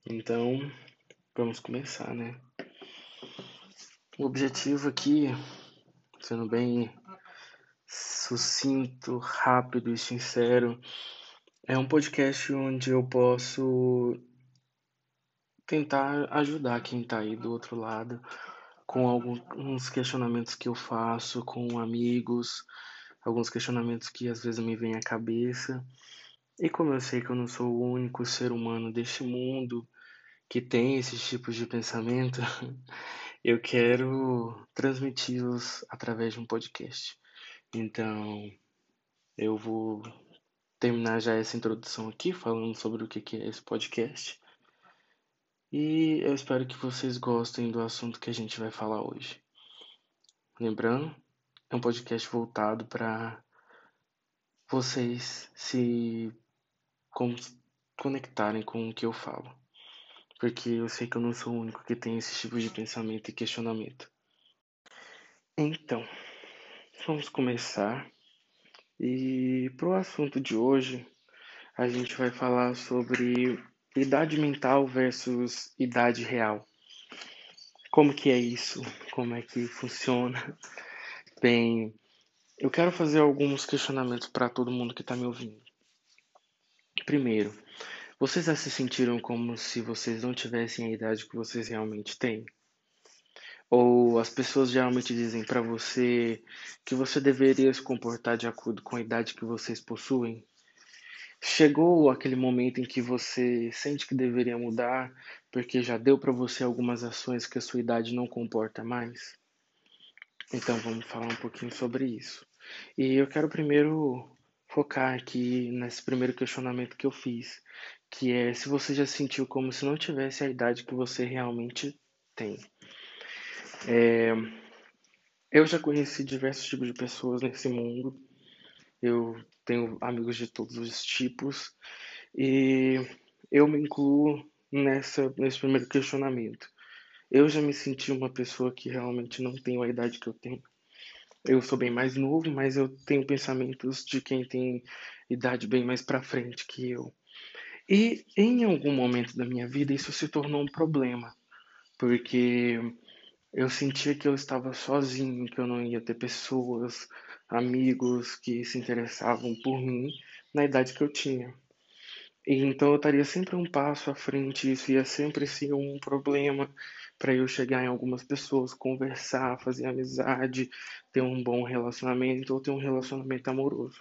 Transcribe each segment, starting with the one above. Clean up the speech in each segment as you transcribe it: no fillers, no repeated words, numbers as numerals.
Então, vamos começar, né? O objetivo aqui, sendo bem sucinto, rápido e sincero, é um podcast onde eu posso tentar ajudar quem tá aí do outro lado com alguns questionamentos que eu faço com amigos, alguns questionamentos que às vezes me vêm à cabeça. E como eu sei que eu não sou o único ser humano deste mundo que tem esses tipos de pensamento, eu quero transmiti-los através de um podcast. Então, eu vou terminar já essa introdução aqui, falando sobre o que é esse podcast. E eu espero que vocês gostem do assunto que a gente vai falar hoje. Lembrando, é um podcast voltado para vocês se con- conectarem com o que eu falo. Porque eu sei que eu não sou o único que tem esse tipo de pensamento e questionamento. Então, vamos começar. E pro assunto de hoje, a gente vai falar sobre idade mental versus idade real. Como que é isso? Como é que funciona? Bem, eu quero fazer alguns questionamentos para todo mundo que está me ouvindo. Primeiro, vocês já se sentiram como se vocês não tivessem a idade que vocês realmente têm? Ou as pessoas geralmente dizem para você que você deveria se comportar de acordo com a idade que vocês possuem? Chegou aquele momento em que você sente que deveria mudar, porque já deu para você algumas ações que a sua idade não comporta mais? Então vamos falar um pouquinho sobre isso. E eu quero primeiro focar aqui nesse primeiro questionamento que eu fiz, que é se você já sentiu como se não tivesse a idade que você realmente tem. Eu já conheci diversos tipos de pessoas nesse mundo. Eu tenho amigos de todos os tipos. E eu me incluo nesse primeiro questionamento. Eu já me senti uma pessoa que realmente não tenho a idade que eu tenho. Eu sou bem mais novo, mas eu tenho pensamentos de quem tem idade bem mais pra frente que eu. E em algum momento da minha vida isso se tornou um problema, porque eu sentia que eu estava sozinho, que eu não ia ter pessoas, amigos que se interessavam por mim na idade que eu tinha. E então eu estaria sempre um passo à frente, isso ia sempre ser um problema para eu chegar em algumas pessoas, conversar, fazer amizade, ter um bom relacionamento ou ter um relacionamento amoroso.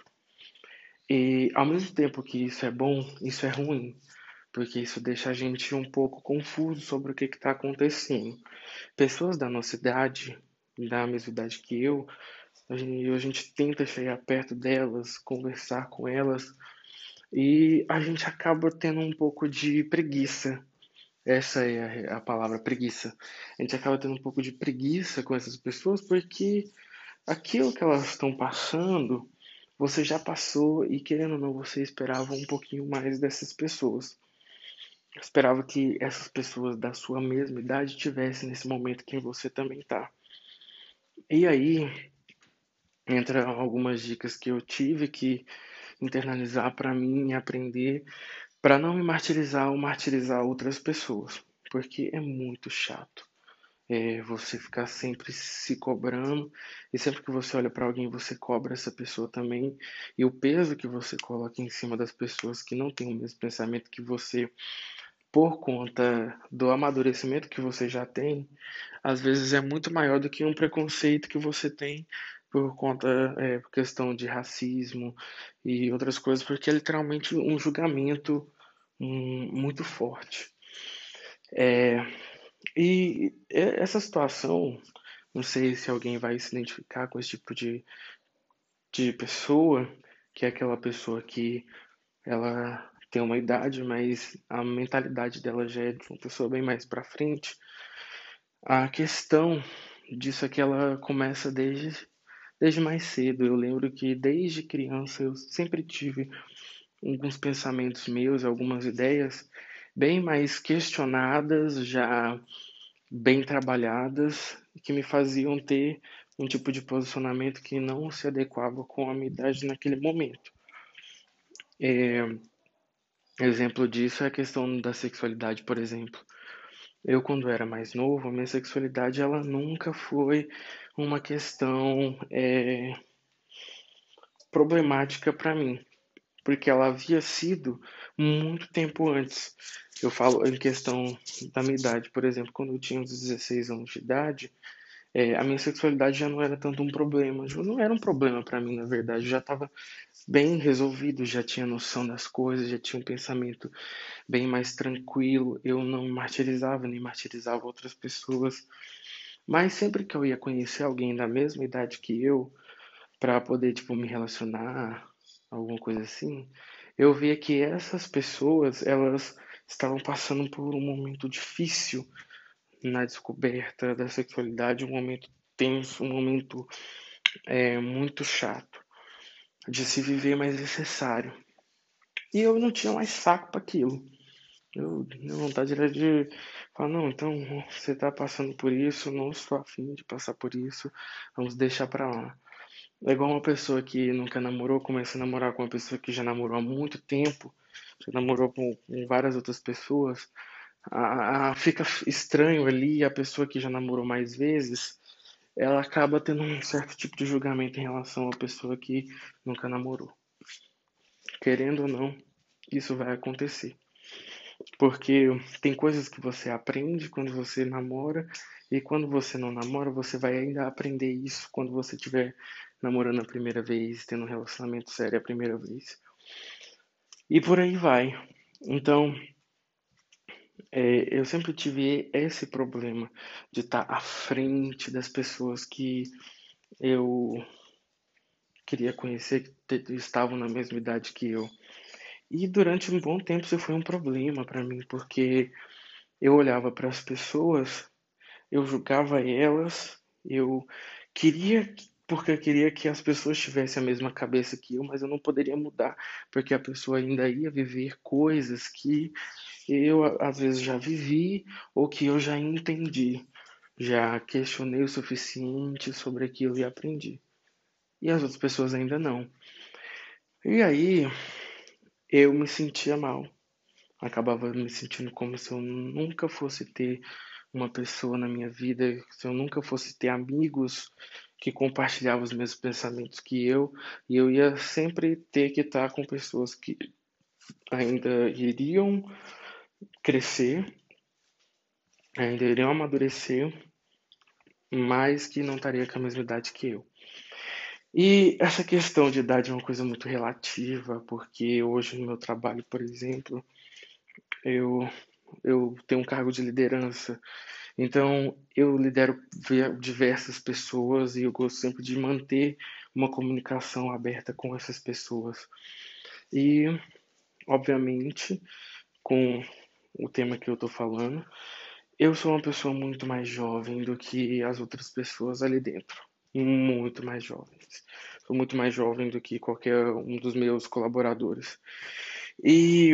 E ao mesmo tempo que isso é bom, isso é ruim, porque isso deixa a gente um pouco confuso sobre o que está acontecendo. Pessoas da nossa idade, da mesma idade que eu, a gente tenta chegar perto delas, conversar com elas, e a gente acaba tendo um pouco de preguiça. Essa é a palavra, preguiça. A gente acaba tendo um pouco de preguiça com essas pessoas porque aquilo que elas estão passando, você já passou e, querendo ou não, você esperava um pouquinho mais dessas pessoas. Esperava que essas pessoas da sua mesma idade tivessem nesse momento que você também tá. E aí entra algumas dicas que eu tive que internalizar para mim e aprender para não me martirizar ou martirizar outras pessoas, porque é muito chato. Você ficar sempre se cobrando e sempre que você olha para alguém você cobra essa pessoa também e o peso que você coloca em cima das pessoas que não têm o mesmo pensamento que você por conta do amadurecimento que você já tem, às vezes é muito maior do que um preconceito que você tem por conta, por questão de racismo e outras coisas, porque é literalmente um julgamento muito forte. Essa situação, não sei se alguém vai se identificar com esse tipo de pessoa, que é aquela pessoa que ela tem uma idade, mas a mentalidade dela já é de uma pessoa bem mais para frente. A questão disso é que ela começa desde mais cedo. Eu lembro que desde criança eu sempre tive alguns pensamentos meus, algumas ideias bem mais questionadas, já bem trabalhadas, que me faziam ter um tipo de posicionamento que não se adequava com a minha idade naquele momento. Exemplo disso é a questão da sexualidade, por exemplo. Eu, quando era mais novo, a minha sexualidade ela nunca foi uma questão problemática para mim, porque ela havia sido muito tempo antes. Eu falo em questão da minha idade, por exemplo, quando eu tinha uns 16 anos de idade, a minha sexualidade já não era tanto um problema, já não era um problema para mim, na verdade, eu já estava bem resolvido, já tinha noção das coisas, já tinha um pensamento bem mais tranquilo, eu não me martirizava nem martirizava outras pessoas, mas sempre que eu ia conhecer alguém da mesma idade que eu, para poder tipo me relacionar, alguma coisa assim, eu via que essas pessoas, elas estavam passando por um momento difícil na descoberta da sexualidade, um momento tenso, um momento muito chato de se viver, mas necessário. E eu não tinha mais saco para aquilo. Minha vontade era de falar, não, então você tá passando por isso, eu não estou afim de passar por isso, vamos deixar pra lá. É igual uma pessoa que nunca namorou, começa a namorar com uma pessoa que já namorou há muito tempo, já namorou com várias outras pessoas, fica estranho ali, a pessoa que já namorou mais vezes, ela acaba tendo um certo tipo de julgamento em relação à pessoa que nunca namorou. Querendo ou não, isso vai acontecer. Porque tem coisas que você aprende quando você namora, e quando você não namora, você vai ainda aprender isso quando você estiver namorando a primeira vez, tendo um relacionamento sério a primeira vez. E por aí vai. Então, eu sempre tive esse problema de estar à frente das pessoas que eu queria conhecer, que estavam na mesma idade que eu. E durante um bom tempo isso foi um problema para mim, porque eu olhava para as pessoas, eu julgava elas, eu queria, porque eu queria que as pessoas tivessem a mesma cabeça que eu, mas eu não poderia mudar, porque a pessoa ainda ia viver coisas que eu às vezes já vivi ou que eu já entendi, já questionei o suficiente sobre aquilo e aprendi. E as outras pessoas ainda não. E aí eu me sentia mal. Acabava me sentindo como se eu nunca fosse ter uma pessoa na minha vida, se eu nunca fosse ter amigos que compartilhavam os mesmos pensamentos que eu, e eu ia sempre ter que estar com pessoas que ainda iriam crescer, ainda iriam amadurecer, mas que não estaria com a mesma idade que eu. E essa questão de idade é uma coisa muito relativa, porque hoje no meu trabalho, por exemplo, eu, eu tenho um cargo de liderança. Então, eu lidero diversas pessoas e eu gosto sempre de manter uma comunicação aberta com essas pessoas. E, obviamente, com o tema que eu estou falando, eu sou uma pessoa muito mais jovem do que as outras pessoas ali dentro. Muito mais jovens. Sou muito mais jovem do que qualquer um dos meus colaboradores. E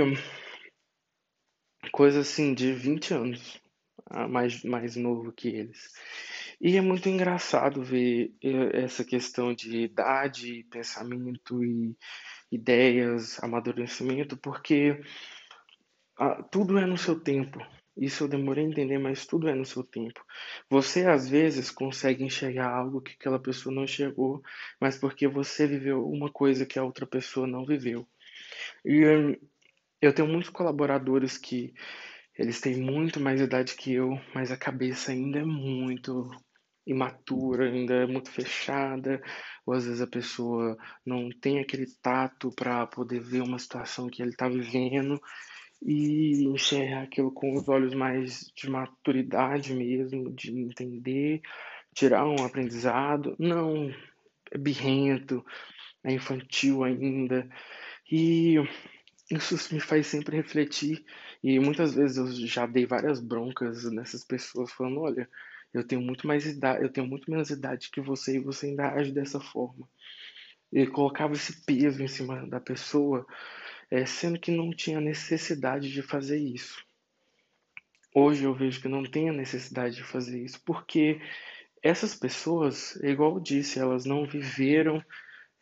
coisa assim de 20 anos, mais novo que eles. E é muito engraçado ver essa questão de idade, pensamento e ideias, amadurecimento, porque tudo é no seu tempo. Isso eu demorei a entender, mas tudo é no seu tempo. Você às vezes consegue enxergar algo que aquela pessoa não enxergou, mas porque você viveu uma coisa que a outra pessoa não viveu. E eu tenho muitos colaboradores que eles têm muito mais idade que eu, mas a cabeça ainda é muito imatura, ainda é muito fechada, ou às vezes a pessoa não tem aquele tato para poder ver uma situação que ele está vivendo e enxergar aquilo com os olhos mais de maturidade mesmo, de entender, tirar um aprendizado. Não, é birrento, é infantil ainda. E isso me faz sempre refletir. E muitas vezes eu já dei várias broncas nessas pessoas falando, olha, eu tenho muito mais idade, eu tenho muito menos idade que você e você ainda age dessa forma. E colocava esse peso em cima da pessoa, sendo que não tinha necessidade de fazer isso. Hoje eu vejo que não tem a necessidade de fazer isso, porque essas pessoas, igual eu disse, elas não viveram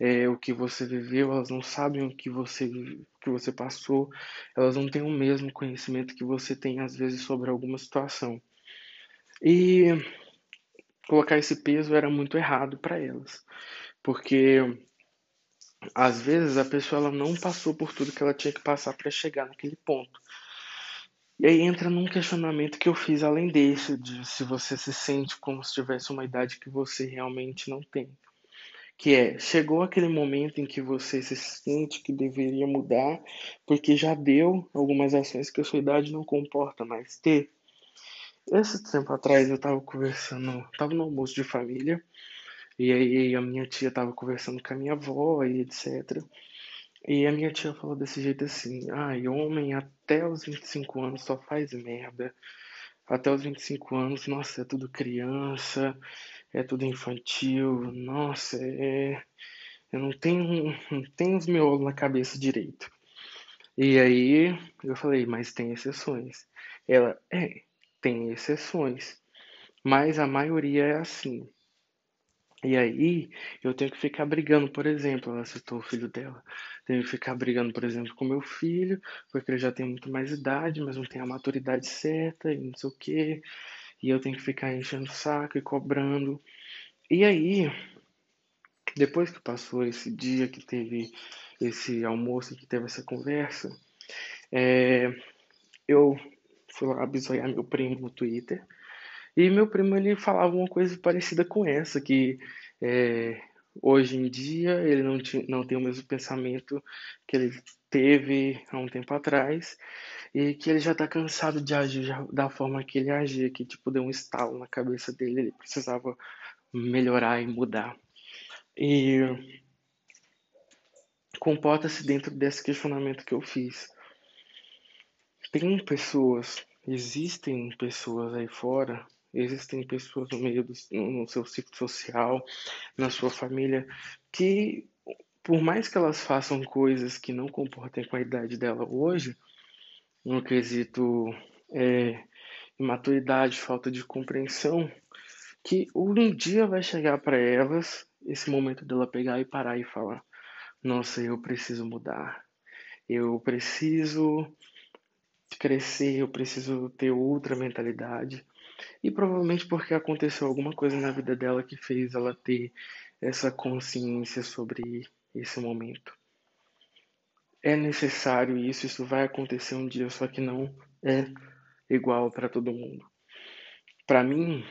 o que você viveu, elas não sabem o que você passou, elas não têm o mesmo conhecimento que você tem às vezes sobre alguma situação. E colocar esse peso era muito errado para elas, porque às vezes a pessoa ela não passou por tudo que ela tinha que passar para chegar naquele ponto. E aí entra num questionamento que eu fiz além desse, de se você se sente como se tivesse uma idade que você realmente não tem. Que é, chegou aquele momento em que você se sente que deveria mudar, porque já deu algumas ações que a sua idade não comporta mais ter. Esse tempo atrás eu tava conversando, tava no almoço de família, e aí a minha tia tava conversando com a minha avó e etc. E a minha tia falou desse jeito assim: ai, homem até os 25 anos só faz merda. Até os 25 anos, nossa, é tudo criança, é tudo infantil, nossa, eu não tenho os miolos na cabeça direito. E aí eu falei, mas tem exceções. Ela, tem exceções, mas a maioria é assim. E aí, eu tenho que ficar brigando, por exemplo, ela citou o filho dela. Tenho que ficar brigando, por exemplo, com meu filho, porque ele já tem muito mais idade, mas não tem a maturidade certa e não sei o quê. E eu tenho que ficar enchendo o saco e cobrando. E aí, depois que passou esse dia que teve esse almoço, que teve essa conversa, eu fui lá bisoiar meu primo no Twitter. E meu primo ele falava uma coisa parecida com essa, que é, hoje em dia ele não tem o mesmo pensamento que ele teve há um tempo atrás e que ele já tá cansado de agir da forma que ele agia, que tipo deu um estalo na cabeça dele, ele precisava melhorar e mudar. E comporta-se dentro desse questionamento que eu fiz. Existem pessoas aí fora, existem pessoas no seu ciclo social, na sua família, que por mais que elas façam coisas que não comportem com a idade dela hoje, no quesito é, imaturidade, falta de compreensão, que um dia vai chegar para elas esse momento dela pegar e parar e falar: Nossa, eu preciso mudar, eu preciso crescer, eu preciso ter outra mentalidade. E provavelmente porque aconteceu alguma coisa na vida dela que fez ela ter essa consciência sobre esse momento. É necessário isso vai acontecer um dia, só que não é igual para todo mundo. Para mim,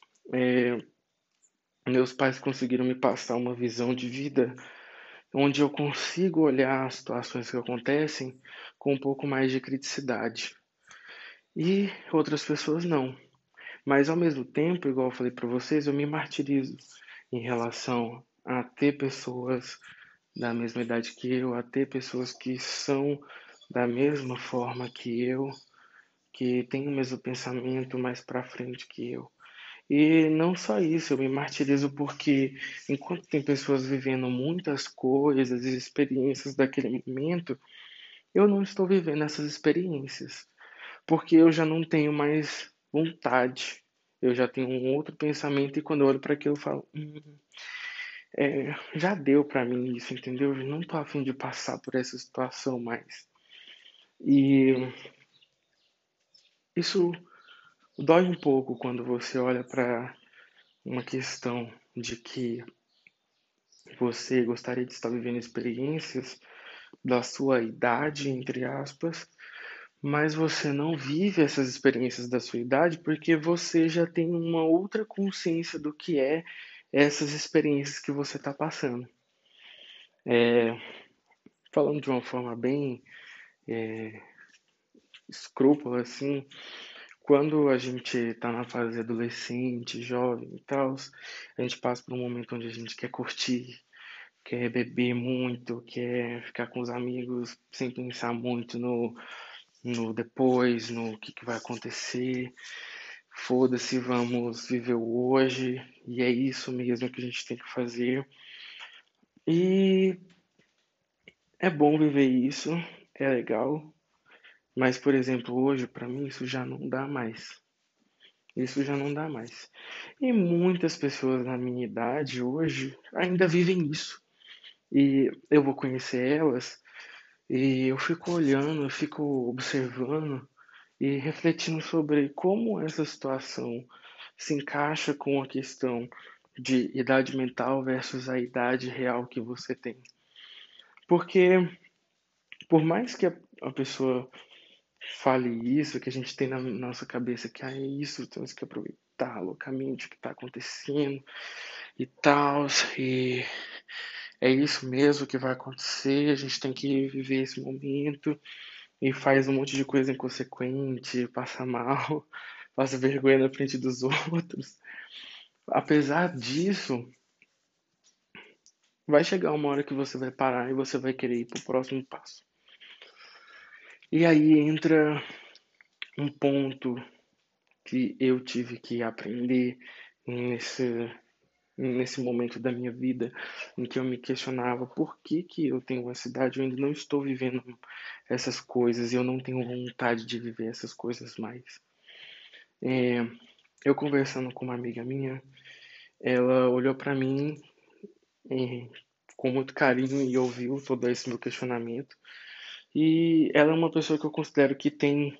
meus pais conseguiram me passar uma visão de vida onde eu consigo olhar as situações que acontecem com um pouco mais de criticidade. E outras pessoas não. Mas ao mesmo tempo, igual eu falei para vocês, eu me martirizo em relação a ter pessoas da mesma idade que eu, a ter pessoas que são da mesma forma que eu, que têm o mesmo pensamento mais para frente que eu. E não só isso, eu me martirizo porque enquanto tem pessoas vivendo muitas coisas e experiências daquele momento, eu não estou vivendo essas experiências, porque eu já não tenho mais vontade. Eu já tenho um outro pensamento e quando eu olho para aquilo eu falo, já deu para mim isso, entendeu? Eu não tô a fim de passar por essa situação mais. E isso dói um pouco quando você olha para uma questão de que você gostaria de estar vivendo experiências da sua idade, entre aspas, mas você não vive essas experiências da sua idade porque você já tem uma outra consciência do que é essas experiências que você está passando. Falando de uma forma bem escrúpula, assim, quando a gente está na fase adolescente, jovem e tal, a gente passa por um momento onde a gente quer curtir, quer beber muito, quer ficar com os amigos sem pensar muito no depois, no que vai acontecer. Foda-se, vamos viver o hoje, e é isso mesmo que a gente tem que fazer. E é bom viver isso, é legal, mas por exemplo, hoje pra mim isso já não dá mais. Isso já não dá mais. E muitas pessoas na minha idade hoje ainda vivem isso. e eu vou conhecer elas e eu fico olhando, eu fico observando e refletindo sobre como essa situação se encaixa com a questão de idade mental versus a idade real que você tem. Porque por mais que a pessoa fale isso, que a gente tem na nossa cabeça que é isso, temos que aproveitar loucamente o que está acontecendo e tal, e é isso mesmo que vai acontecer, a gente tem que viver esse momento e faz um monte de coisa inconsequente, passa mal, passa vergonha na frente dos outros. Apesar disso, vai chegar uma hora que você vai parar e você vai querer ir pro próximo passo. E aí entra um ponto que eu tive que aprender nesse, nesse momento da minha vida em que eu me questionava por que que eu tenho uma cidade, eu ainda não estou vivendo essas coisas e eu não tenho vontade de viver essas coisas mais. É, eu conversando com uma amiga minha, ela olhou para mim é, com muito carinho e ouviu todo esse meu questionamento. E ela é uma pessoa que eu considero que tem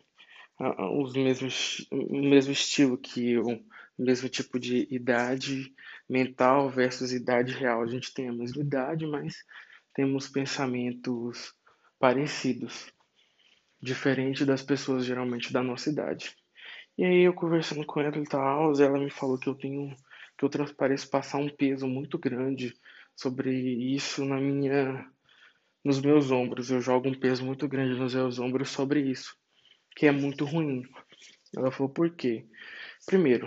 o mesmo estilo que eu, o mesmo tipo de idade mental versus idade real. A gente tem a mesma idade, mas temos pensamentos parecidos, diferente das pessoas geralmente da nossa idade. E aí eu conversando com ela e tal, ela me falou que eu transpareço passar um peso muito grande sobre isso nos meus ombros. Eu jogo um peso muito grande nos meus ombros sobre isso, que é muito ruim. Ela falou, por quê? Primeiro,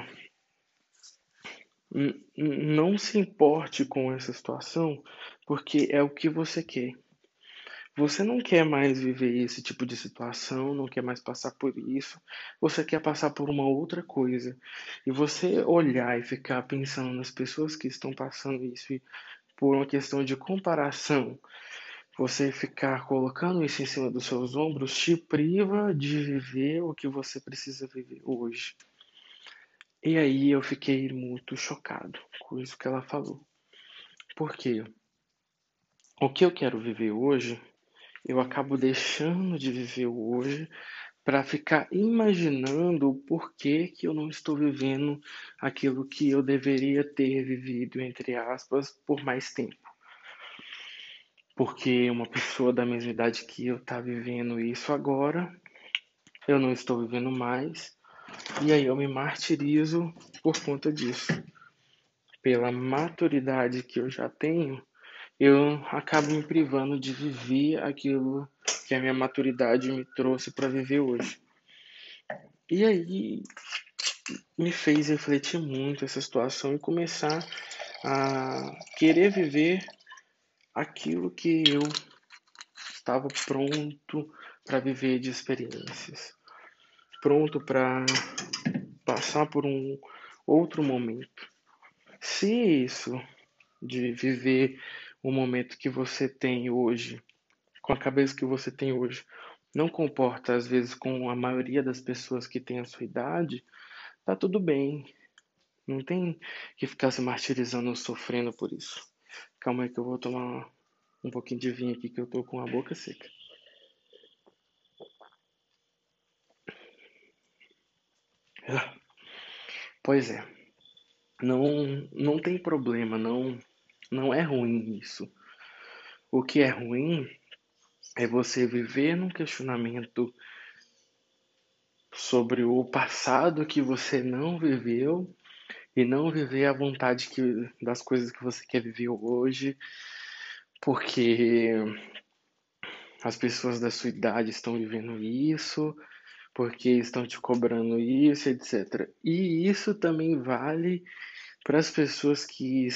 não se importe com essa situação, porque é o que você quer. Você não quer mais viver esse tipo de situação, não quer mais passar por isso, você quer passar por uma outra coisa. E você olhar e ficar pensando nas pessoas que estão passando isso e por uma questão de comparação, você ficar colocando isso em cima dos seus ombros te priva de viver o que você precisa viver hoje. E aí eu fiquei muito chocado com isso que ela falou. Porque o que eu quero viver hoje, eu acabo deixando de viver o hoje para ficar imaginando o porquê que eu não estou vivendo aquilo que eu deveria ter vivido, entre aspas, por mais tempo. Porque uma pessoa da mesma idade que eu está vivendo isso agora, eu não estou vivendo mais, e aí eu me martirizo por conta disso. Pela maturidade que eu já tenho, eu acabo me privando de viver aquilo que a minha maturidade me trouxe para viver hoje. E aí me fez refletir muito essa situação e começar a querer viver aquilo que eu estava pronto para viver de experiências, pronto para passar por um outro momento. Se isso de viver o momento que você tem hoje, com a cabeça que você tem hoje, não comporta às vezes com a maioria das pessoas que têm a sua idade, tá tudo bem. Não tem que ficar se martirizando ou sofrendo por isso. Calma aí que eu vou tomar um pouquinho de vinho aqui que eu tô com a boca seca. Pois é, não tem problema, não é ruim isso. O que é ruim é você viver num questionamento sobre o passado que você não viveu e não viver a vontade das coisas que você quer viver hoje, porque as pessoas da sua idade estão vivendo isso, porque estão te cobrando isso, etc. E isso também vale para as pessoas que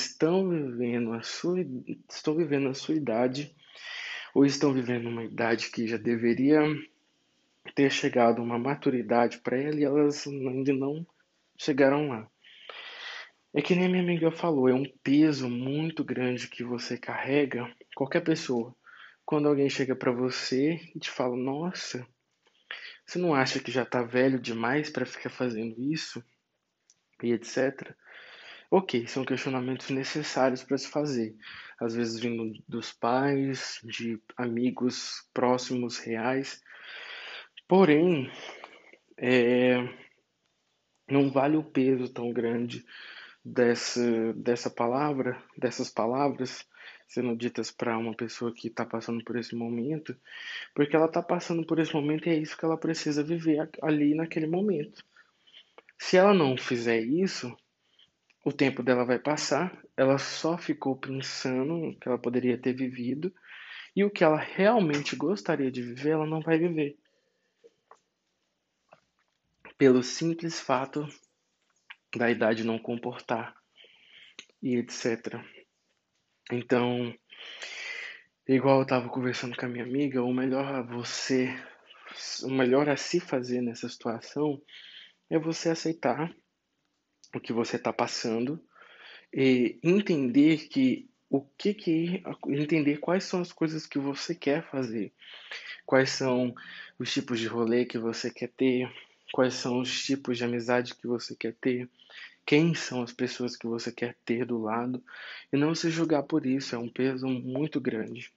estão vivendo a sua idade ou estão vivendo uma idade que já deveria ter chegado a uma maturidade para ela e elas ainda não chegaram lá. É que nem a minha amiga falou, é um peso muito grande que você carrega, qualquer pessoa. Quando alguém chega para você e te fala, nossa, você não acha que já tá velho demais para ficar fazendo isso? E etc. Ok, são questionamentos necessários para se fazer, às vezes vindo dos pais, de amigos próximos, reais. Porém, não vale o peso tão grande dessa palavra, dessas palavras sendo ditas para uma pessoa que está passando por esse momento, porque ela está passando por esse momento e é isso que ela precisa viver ali naquele momento. Se ela não fizer isso, o tempo dela vai passar, ela só ficou pensando no que ela poderia ter vivido e o que ela realmente gostaria de viver, ela não vai viver. Pelo simples fato da idade não comportar e etc. Então, igual eu estava conversando com a minha amiga, o melhor a se fazer nessa situação é você aceitar o que você está passando e entender entender quais são as coisas que você quer fazer, quais são os tipos de rolê que você quer ter, quais são os tipos de amizade que você quer ter, quem são as pessoas que você quer ter do lado e não se julgar por isso, é um peso muito grande.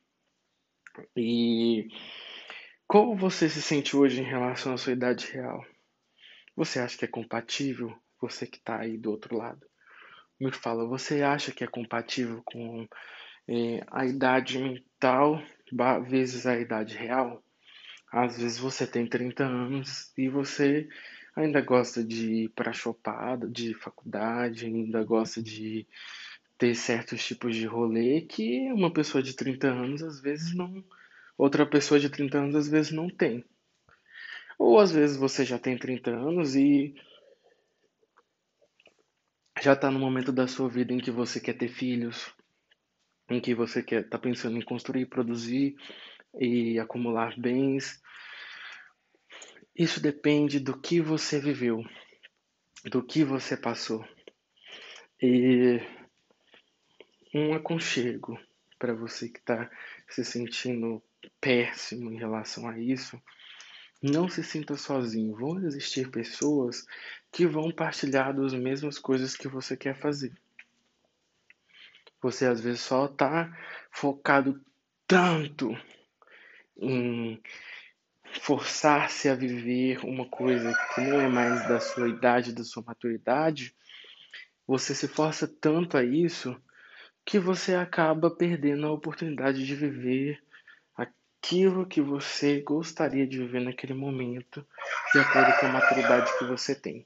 E como você se sente hoje em relação à sua idade real? Você acha que é compatível? Você que está aí do outro lado. Me fala, você acha que é compatível com a idade mental vezes a idade real? Às vezes você tem 30 anos e você ainda gosta de ir para chopada de faculdade, ainda gosta de ter certos tipos de rolê que uma pessoa de 30 anos às vezes não, outra pessoa de 30 anos às vezes não tem. Ou às vezes você já tem 30 anos e já está no momento da sua vida em que você quer ter filhos, em que você quer tá pensando em construir, produzir e acumular bens. Isso depende do que você viveu, do que você passou. E um aconchego para você que está se sentindo péssimo em relação a isso, não se sinta sozinho. Vão existir pessoas que vão partilhar das mesmas coisas que você quer fazer. Você às vezes só está focado tanto em forçar-se a viver uma coisa que não é mais da sua idade, da sua maturidade, você se força tanto a isso que você acaba perdendo a oportunidade de viver aquilo que você gostaria de viver naquele momento, de acordo com a maturidade que você tem.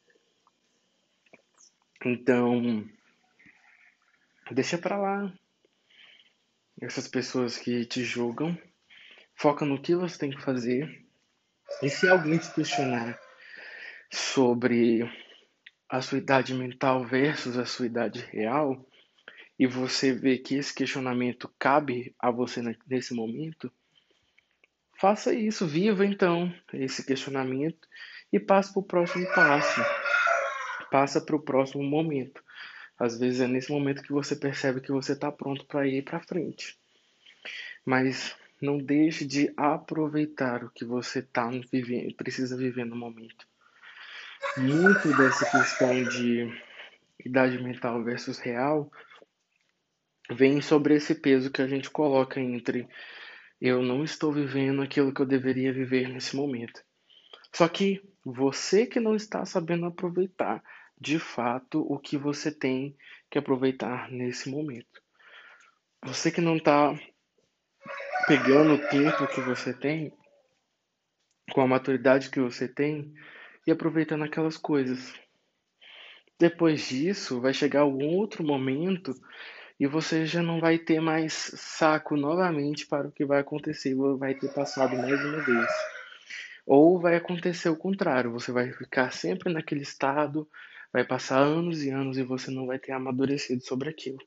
Então, deixa pra lá essas pessoas que te julgam, foca no que você tem que fazer. E se alguém te questionar sobre a sua idade mental versus a sua idade real, e você vê que esse questionamento cabe a você nesse momento, faça isso, viva então esse questionamento e passe para o próximo passo, passa para o próximo momento. Às vezes é nesse momento que você percebe que você está pronto para ir para frente. Mas não deixe de aproveitar o que você precisa viver no momento. Muito dessa questão de idade mental versus real vem sobre esse peso que a gente coloca entre eu não estou vivendo aquilo que eu deveria viver nesse momento. Só que você que não está sabendo aproveitar de fato o que você tem que aproveitar nesse momento. Você que não está pegando o tempo que você tem, com a maturidade que você tem e aproveitando aquelas coisas. Depois disso, vai chegar algum outro momento e você já não vai ter mais saco novamente para o que vai acontecer, vai ter passado mais uma vez. Ou vai acontecer o contrário, você vai ficar sempre naquele estado, vai passar anos e anos e você não vai ter amadurecido sobre aquilo.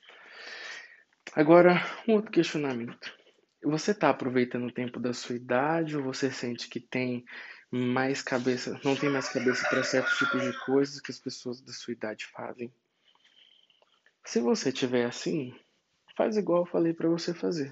Agora, um outro questionamento. Você está aproveitando o tempo da sua idade ou você sente que tem mais cabeça, não tem mais cabeça para certos tipos de coisas que as pessoas da sua idade fazem? Se você tiver assim, faz igual eu falei para você fazer.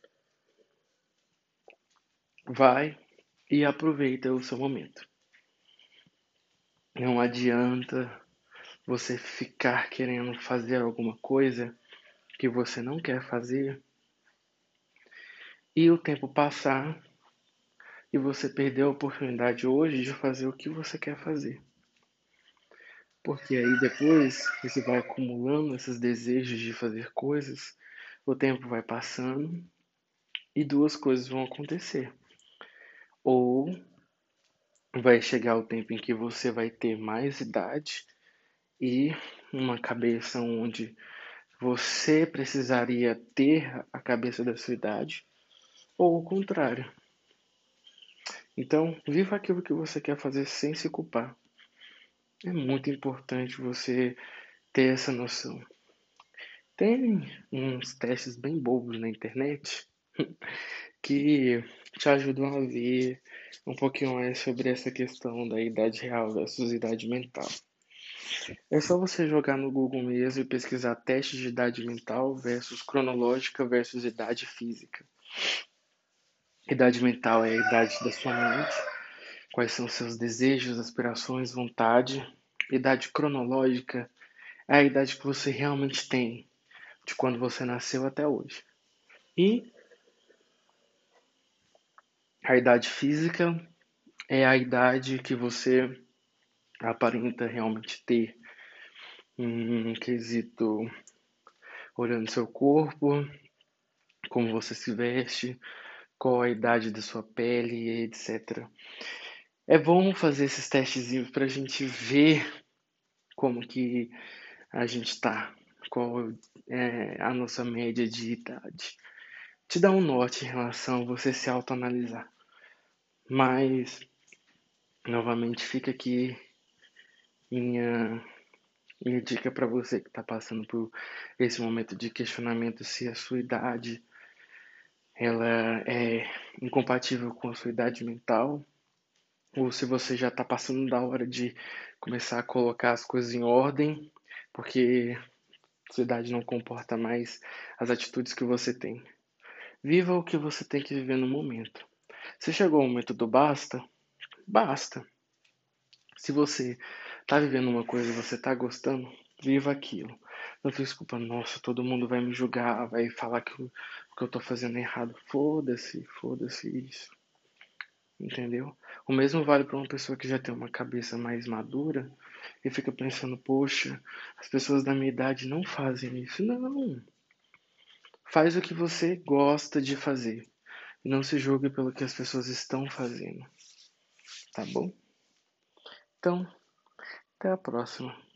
Vai e aproveita o seu momento. Não adianta você ficar querendo fazer alguma coisa que você não quer fazer e o tempo passar e você perder a oportunidade hoje de fazer o que você quer fazer. Porque aí depois você vai acumulando esses desejos de fazer coisas, o tempo vai passando e duas coisas vão acontecer. Ou vai chegar o tempo em que você vai ter mais idade e uma cabeça onde você precisaria ter a cabeça da sua idade, ou o contrário. Então, viva aquilo que você quer fazer sem se culpar. É muito importante você ter essa noção. Tem uns testes bem bobos na internet que te ajudam a ver um pouquinho mais sobre essa questão da idade real versus idade mental. É só você jogar no Google mesmo e pesquisar testes de idade mental versus cronológica versus idade física. Idade mental é a idade da sua mente, quais são seus desejos, aspirações, vontade. Idade cronológica é a idade que você realmente tem, de quando você nasceu até hoje. E a idade física é a idade que você aparenta realmente ter, um quesito olhando seu corpo, como você se veste, qual a idade da sua pele, etc. É bom fazer esses testezinhos para a gente ver como que a gente tá, qual é a nossa média de idade. Te dá um norte em relação a você se autoanalisar. Mas, novamente, fica aqui minha, minha dica para você que está passando por esse momento de questionamento se a sua idade ela é incompatível com a sua idade mental, ou se você já está passando da hora de começar a colocar as coisas em ordem, porque a sua idade não comporta mais as atitudes que você tem. Viva o que você tem que viver no momento. Se chegou o momento do basta, basta. Se você está vivendo uma coisa e você está gostando, viva aquilo. Não fique culpando, nossa, todo mundo vai me julgar, vai falar que o que eu estou fazendo é errado. Foda-se, foda-se isso. Entendeu? O mesmo vale para uma pessoa que já tem uma cabeça mais madura e fica pensando, poxa, as pessoas da minha idade não fazem isso. Não. Faz o que você gosta de fazer. E não se julgue pelo que as pessoas estão fazendo. Tá bom? Então, até a próxima.